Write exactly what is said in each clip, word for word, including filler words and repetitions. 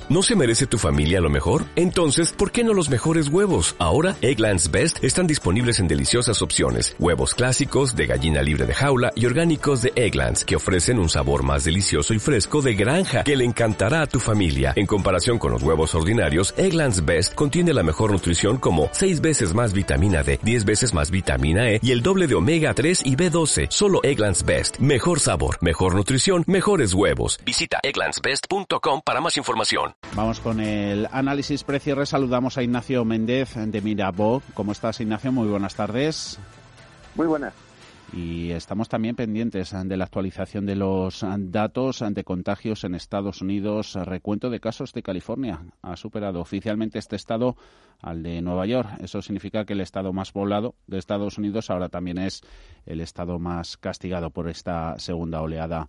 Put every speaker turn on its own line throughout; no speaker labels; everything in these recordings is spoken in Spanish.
¿No se merece tu familia lo mejor? Entonces, ¿por qué no los mejores huevos? Ahora, Eggland's Best están disponibles en deliciosas opciones. Huevos clásicos, de gallina libre de jaula y orgánicos de Eggland's, que ofrecen un sabor más delicioso y fresco de granja que le encantará a tu familia. En comparación con los huevos ordinarios, Eggland's Best contiene la mejor nutrición como seis veces más vitamina D, diez veces más vitamina E y el doble de omega tres y B doce. Solo Eggland's Best. Mejor sabor, mejor nutrición, mejores huevos. Visita egglands best punto com para más información.
Vamos con el análisis precierre. Saludamos a Ignacio Méndez de Mirabaud. ¿Cómo estás, Ignacio? Muy buenas tardes.
Muy buenas.
Y estamos también pendientes de la actualización de los datos de contagios en Estados Unidos. Recuento de casos de California. Ha superado oficialmente este estado al de Nueva York. Eso significa que el estado más poblado de Estados Unidos ahora también es el estado más castigado por esta segunda oleada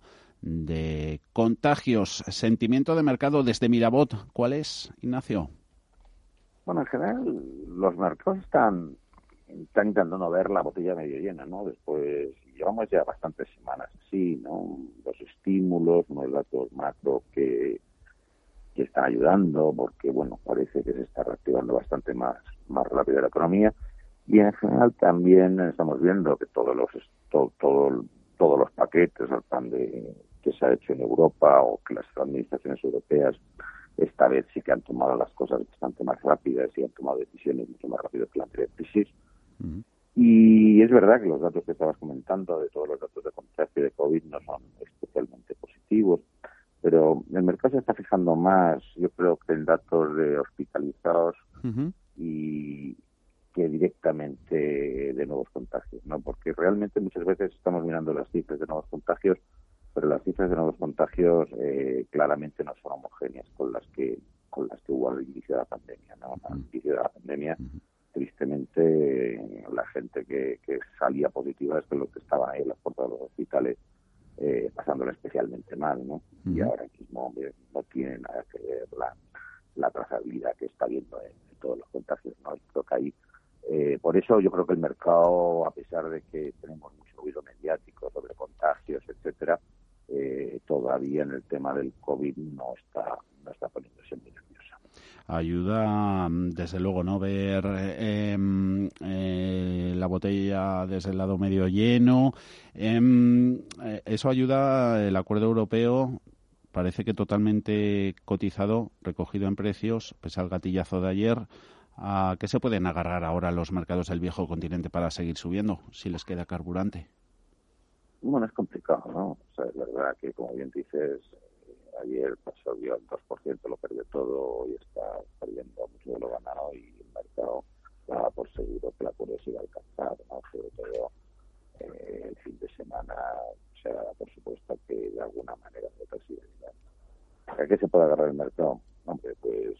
de contagios. Sentimiento de mercado desde Mirabaud, ¿cuál es, Ignacio?
Bueno, en general los mercados están, están intentando ver la botella medio llena, ¿no? Después llevamos ya bastantes semanas así, ¿no? Los estímulos, unos datos macro que, que están ayudando, porque bueno, parece que se está reactivando bastante más, más rápido la economía, y en general también estamos viendo que todos los todo, todo, todos los paquetes, el plan de que se ha hecho en Europa o que las administraciones europeas esta vez sí que han tomado las cosas bastante más rápidas y han tomado decisiones mucho más rápido que la anterior crisis. Uh-huh. Y es verdad que los datos que estabas comentando, de todos los datos de contagio de COVID, no son especialmente positivos, pero el mercado se está fijando más, yo creo que en datos de hospitalizados uh-huh. y que directamente de nuevos contagios, ¿no? Porque realmente muchas veces estamos mirando las cifras de nuevos contagios, pero las cifras de nuevos contagios eh, claramente no son homogéneas con las que con las que hubo al inicio de la pandemia, ¿no? Al inicio de la pandemia, tristemente, la gente que, que salía positiva es que los que estaban ahí en las puertas de los hospitales eh, pasándola especialmente mal, ¿no? Uh-huh. Y ahora mismo hombre, no tiene nada que ver la, la trazabilidad que está habiendo en, en todos los contagios, ¿no? Y creo que ahí, eh, por eso yo creo que el mercado, a pesar de que tenemos mucho ruido mediático sobre contagios, etcétera, Eh, todavía en el tema del COVID no está no está poniéndose muy nerviosa.
Ayuda, desde luego, no ver eh, eh, la botella desde el lado medio lleno. Eh, eso ayuda, el acuerdo europeo parece que totalmente cotizado, recogido en precios, pese al gatillazo de ayer. ¿A qué se pueden agarrar ahora los mercados del viejo continente para seguir subiendo, si les queda carburante?
Bueno, es complicado, ¿no? O sea, es verdad que, como bien dices, ayer pasó el dos por ciento, lo perdió todo y está perdiendo mucho de lo ganado y el mercado daba por seguro que la curva se iba a alcanzar, ¿no? Sobre todo eh, el fin de semana se daba por supuesto que de alguna manera se sigue llegando. ¿A qué se puede agarrar el mercado? Hombre, pues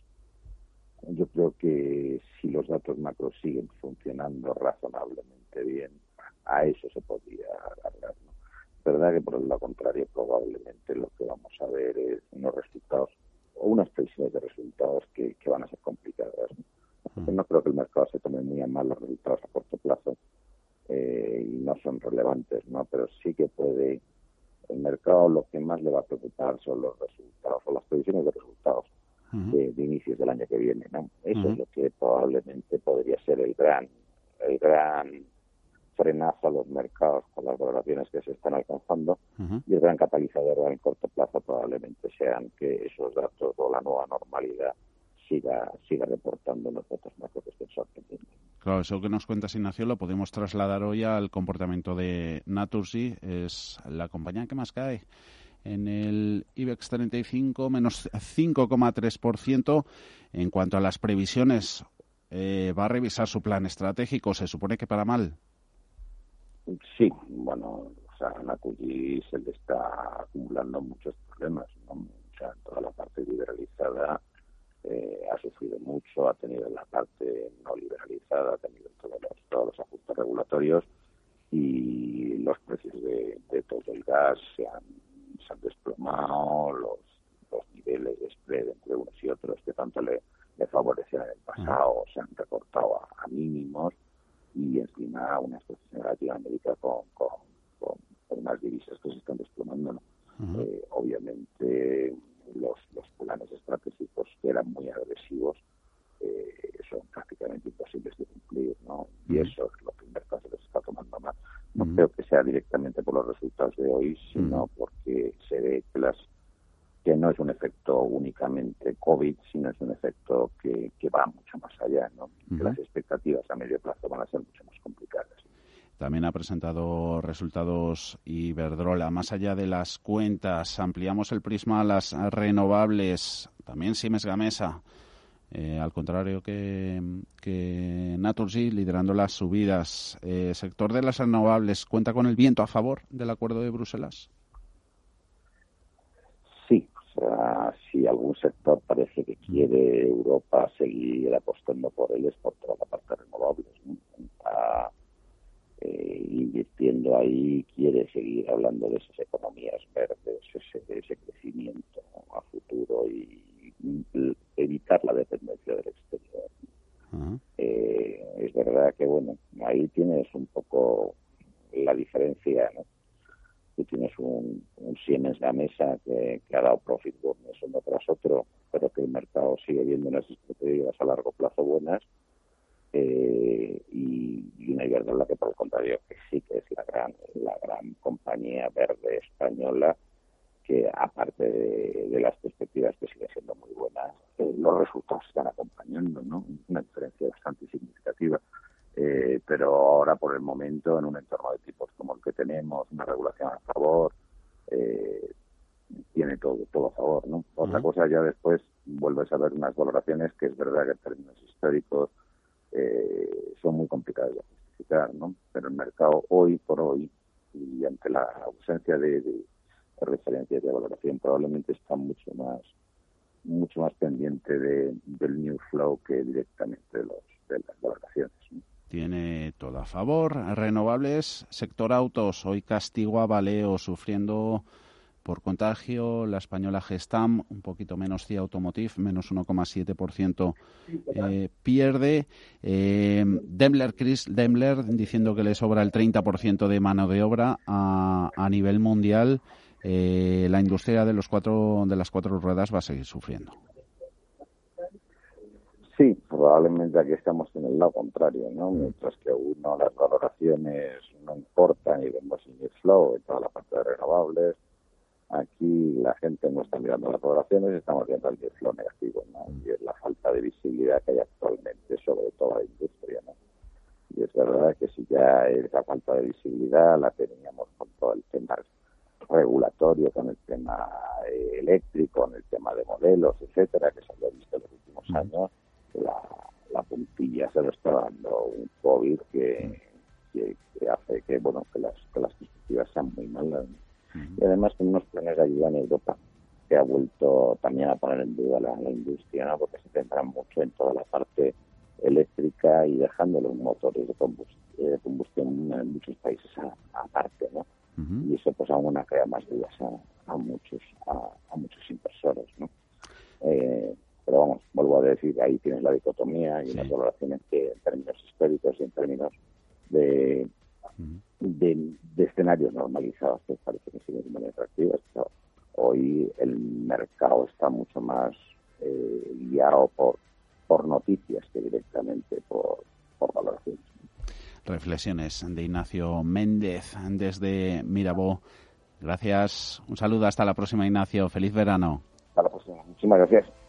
yo creo que si los datos macro siguen funcionando razonablemente bien, a eso se podría agarrar, ¿no? Es verdad que por el lado contrario probablemente lo que vamos a ver es unos resultados o unas previsiones de resultados que, que van a ser complicadas, ¿no? Porque no creo que el mercado se tome muy a mal los resultados a corto plazo eh, y no son relevantes, ¿no? Pero sí que puede el mercado lo que más le va a preocupar son los resultados o las previsiones de resultados uh-huh. de, de inicios del año que viene, ¿no? Eso uh-huh. es lo que probablemente podría ser el gran el gran frenazo a los mercados con las valoraciones que se están alcanzando uh-huh. y el gran catalizador en corto plazo probablemente sean que esos datos o la nueva normalidad siga siga reportando los datos macro que estén sorprendiendo.
Claro, eso que nos cuentas, Ignacio, lo podemos trasladar hoy al comportamiento de Naturgy. Es la compañía que más cae en el IBEX treinta y cinco, menos cinco coma tres por ciento. En cuanto a las previsiones, eh, ¿va a revisar su plan estratégico? ¿Se supone que para mal?
Sí, bueno, o sea, Naturgy se le está acumulando muchos problemas, ¿no? O sea, toda la parte liberalizada eh, ha sufrido mucho, ha tenido la parte no liberalizada, ha tenido todos los, todos los ajustes regulatorios y los precios de, de todo el gas se han, se han desplomado, los, los niveles de spread entre unos y otros que tanto le, le favorecían en el pasado se han recortado a, a mínimos. Y encima una exposición a Latinoamérica con, con, con, con unas divisas que se están desplomando, ¿no? Uh-huh. Eh, obviamente los, los planes estratégicos eran muy agresivos, eh, son prácticamente imposibles de cumplir, ¿no? Y eso es lo que el mercado se les está tomando más. No uh-huh. creo que sea directamente por los resultados de hoy, sino uh-huh. porque se ve que las que no es un efecto únicamente COVID, sino es un efecto que, que va mucho más allá, ¿no? Uh-huh. Que las expectativas a medio plazo van a ser mucho más complicadas.
También ha presentado resultados Iberdrola. Más allá de las cuentas, ampliamos el prisma a las renovables. También Siemens Gamesa, eh, al contrario que, que Naturgy, liderando las subidas. Eh, sector de las renovables, ¿cuenta con el viento a favor del acuerdo de Bruselas?
Sí, o sea, si algún sector parece que quiere Europa seguir apostando por él, es por toda la parte de renovables, ¿no? Está, eh, invirtiendo ahí, quiere seguir hablando de esas economías verdes, ese, ese crecimiento a futuro y, y evitar la dependencia del exterior. Uh-huh. Eh, es verdad que, bueno, ahí tienes un poco la diferencia, ¿no? Tú tienes un, un Siemens Gamesa que, que ha dado profit warnings uno tras otro, pero que el mercado sigue viendo unas expectativas a largo plazo buenas, eh, y, y una Iberdrola que, por el contrario, que sí que es la gran la gran compañía verde española, que aparte de, de las perspectivas que siguen siendo muy buenas, eh, los resultados están acompañando, ¿no? Una diferencia bastante significativa. Eh, pero ahora, por el momento, en un entorno de tipos como el que tenemos, una regulación a favor, eh, tiene todo todo a favor, ¿no? Uh-huh. Otra cosa, ya después vuelves a ver unas valoraciones que es verdad que en términos históricos eh, son muy complicadas de justificar, ¿no? Pero el mercado hoy por hoy, y ante la ausencia de, de, de referencias de valoración, probablemente está mucho más mucho más pendiente de, del new flow que directamente de, los, de las valoraciones, ¿no?
Tiene todo a favor. Renovables, sector autos, hoy castigo a Valeo, sufriendo por contagio. La española Gestam, un poquito menos C I A Automotive, menos uno coma siete por ciento eh, pierde. Eh, Daimler, Chris, Daimler diciendo que le sobra el treinta por ciento de mano de obra a, a nivel mundial. Eh, la industria de los cuatro de las cuatro ruedas va a seguir sufriendo.
Sí, probablemente aquí estamos en el lado contrario, ¿no? Mientras que uno, las valoraciones no importan y vemos el flow y toda la parte de renovables, aquí la gente no está mirando las valoraciones, estamos viendo el flow negativo, ¿no? Y es la falta de visibilidad que hay actualmente sobre toda la industria, ¿no? Y es verdad que si ya esa falta de visibilidad la teníamos con todo el tema regulatorio, con el tema eh, eléctrico, con el tema de modelos, etcétera, que se había visto en los últimos mm. años, la, la puntilla se lo está dando un COVID que, que, que hace que, bueno, que las, que las perspectivas sean muy malas, ¿no? Mm. Y además con unos planes de ayuda en Europa que ha vuelto también a poner en duda la, la industria, ¿no? Porque se centran mucho en toda la parte eléctrica y dejando los motores de combustión, de combustión en muchos países aparte, ¿no? Uh-huh. Y eso pues aún crea más dudas a, a muchos a, a muchos inversores, ¿no? Eh, pero vamos, vuelvo a decir, ahí tienes la dicotomía y sí. Las valoraciones que en términos históricos y en términos de, uh-huh. de, de escenarios normalizados que parece que siguen muy atractivas. Pero hoy el mercado está mucho más eh, guiado por por noticias que directamente por, por valoraciones.
Reflexiones de Ignacio Méndez desde Mirabeau. Gracias. Un saludo. Hasta la próxima, Ignacio. Feliz verano.
Hasta la próxima. Muchísimas gracias.